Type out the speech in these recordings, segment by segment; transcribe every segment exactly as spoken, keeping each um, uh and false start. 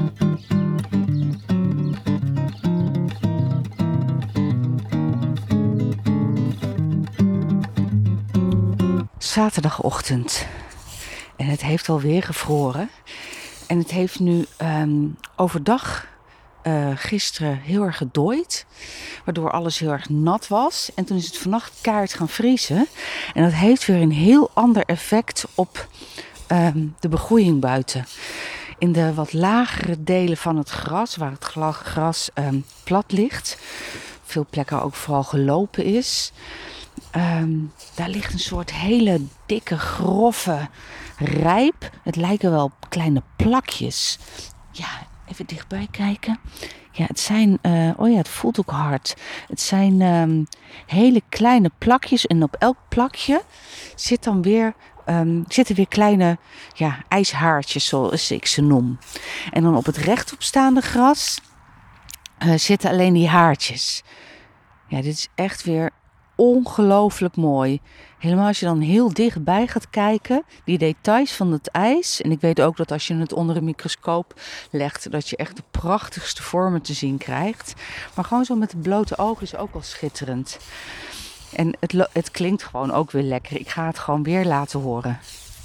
Zaterdagochtend. En het heeft alweer gevroren. En het heeft nu um, overdag uh, gisteren heel erg gedooid. Waardoor alles heel erg nat was. En toen is het vannacht keihard gaan vriezen. En dat heeft weer een heel ander effect op um, de begroeiing buiten. In de wat lagere delen van het gras, waar het gras um, plat ligt. Veel plekken ook vooral gelopen is. Um, daar ligt een soort hele dikke, grove rijp. Het lijken wel kleine plakjes. Ja, even dichtbij kijken. Ja, het zijn, uh, oh ja, het voelt ook hard. Het zijn um, hele kleine plakjes en op elk plakje zit dan weer, um, zitten weer kleine ja, ijshaartjes, zoals ik ze noem. En dan op het rechtopstaande gras uh, zitten alleen die haartjes. Ja, dit is echt weer ongelooflijk mooi. Helemaal als je dan heel dichtbij gaat kijken, die details van het ijs. En ik weet ook dat als je het onder een microscoop legt, dat je echt de prachtigste vormen te zien krijgt. Maar gewoon zo met het blote oog is ook al schitterend. En het, het klinkt gewoon ook weer lekker. Ik ga het gewoon weer laten horen.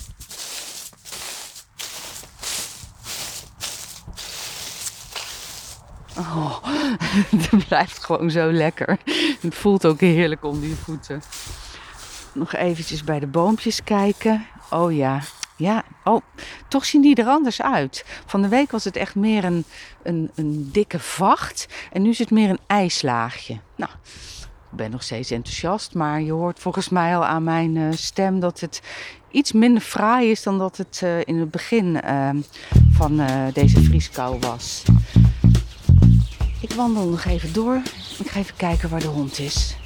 Oh, het blijft gewoon zo lekker. Het voelt ook heerlijk onder je voeten. Nog eventjes bij de boompjes kijken. Oh ja, ja. Oh, toch zien die er anders uit. Van de week was het echt meer een, een, een dikke vacht. En nu is het meer een ijslaagje. Nou, ik ben nog steeds enthousiast. Maar je hoort volgens mij al aan mijn uh, stem dat het iets minder fraai is dan dat het uh, in het begin uh, van uh, deze vrieskou was. Ik wandel nog even door. Ik ga even kijken waar de hond is.